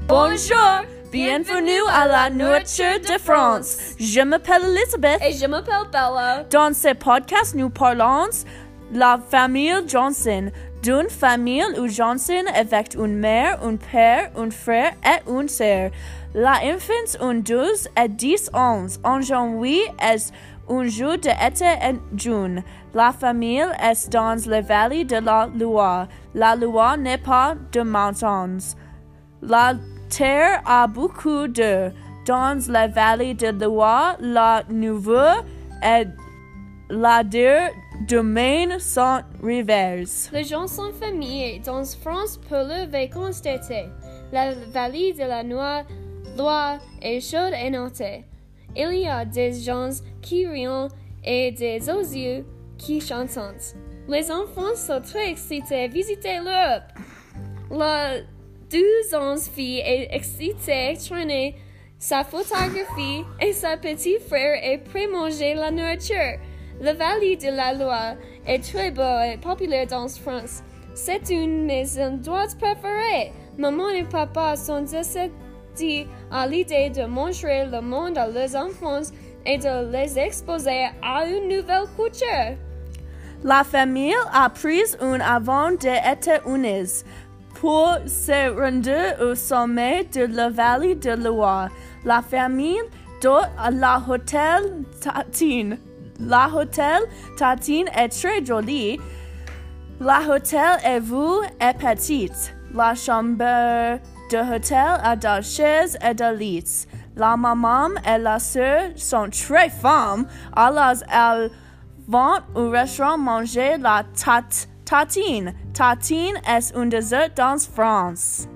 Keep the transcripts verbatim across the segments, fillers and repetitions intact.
Bonjour, bienvenue à la nourriture de France. Je m'appelle Elizabeth. Et je m'appelle Bella. Dans ce podcast, nous parlons de la famille Johnson, d'une famille où Johnson avec une mère, un père, un frère et une sœur. La enfance ont douze et dix ans. En janvier est un jour d'été en juin. La famille est dans la vallée de la Loire. La Loire n'est pas de montagnes. La terre a beaucoup d'eau. Dans la vallée de Loire, la Nouveau et la deux domaines sont rivers. Les gens sont familles dans France pour le vacances d'été. La vallée de la Loire, Loire est chaude et notée. Il y a des gens qui rient et des oiseaux qui chantent. Les enfants sont très excités à visiter l'Europe. La douze ans fille est excitée à traîner sa photographie et sa petit frère est prêt à manger la nourriture. La vallée de la Loire est très beau et populaire dans France. C'est une de mes endroits préférés. Maman et papa sont décédés à l'idée de montrer le monde à leurs enfants et de les exposer à une nouvelle culture. La famille a pris un avion d'été unis pour se rendre au sommet de la vallée de la Loire. La famille dort à la hôtel Tatine. La hôtel Tatine est très jolie. La hôtel est vue et petite. La chambre de hôtel a des chaises et des lits. La maman et la sœur sont très femmes. Alors elles vont au restaurant manger la tat Tatine. Tatine est un dessert dans France.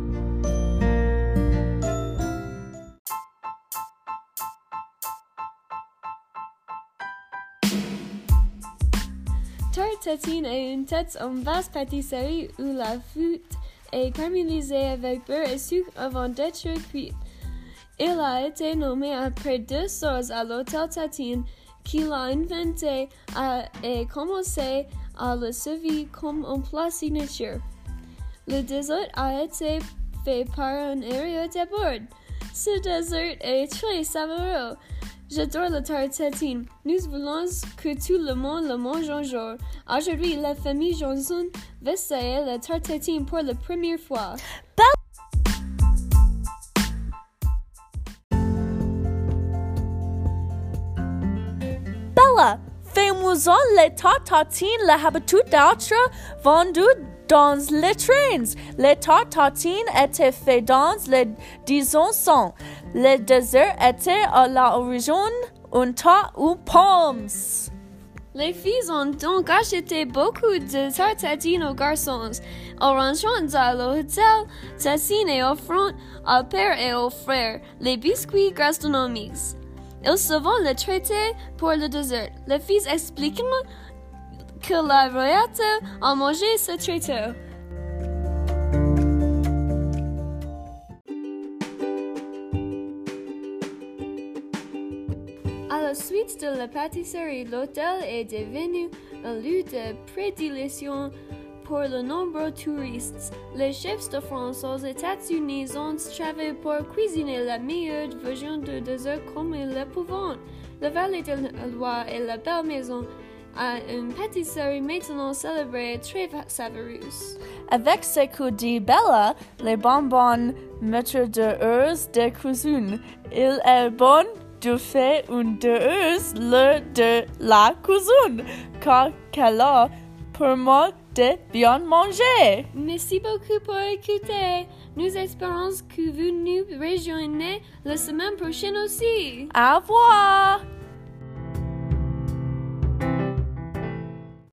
Tarte Tatine est une tête en vaste pâtisserie où la fruite est caramélisée avec beurre et sucre avant d'être cuite. Il a été nommé après deux soeurs à l'hôtel Tatine qui l'a inventé et commencé à le servir comme un plat signature. Le dessert a été fait par un Ariel de Bordeaux. Ce dessert est très savoureux. J'adore la tarte Tatine. Nous voulons que tout le monde le mange un jour. Aujourd'hui, la famille Johnson va essayer la tarte Tatine pour la première fois. Bella, fais-moi les tartes Tatine, les habitudes d'autres vendues dans les trains. Les tartes Tatine étaient faites dans les disons cents. Le dessert était à l'origine un tas ou pommes. Les filles ont donc acheté beaucoup de tartes Tatine aux garçons. En rentrant dans l'hôtel Tatine et offrant au père et aux frères les biscuits gastronomiques. Ils se vont le traiter pour le dessert. Les filles expliquent que la royauté a mangé ce traiteur. À la suite de la pâtisserie, l'hôtel est devenu un lieu de prédilection pour de nombreux touristes. Les chefs de France aux États-Unis ont travaillé pour cuisiner la meilleure version de dessert comme ils le pouvaient. La vallée de la Loire et la belle maison a une pâtisserie maintenant célébrée et très savoureuse. Avec ce que dit Bella, les bonbons mettent de heureuse de cuisine. Il est bon de faire une heureuse l'heure de la cuisine, car qu'elle a pour moi de bien manger. Merci beaucoup pour écouter. Nous espérons que vous nous rejoignez la semaine prochaine aussi. Au revoir.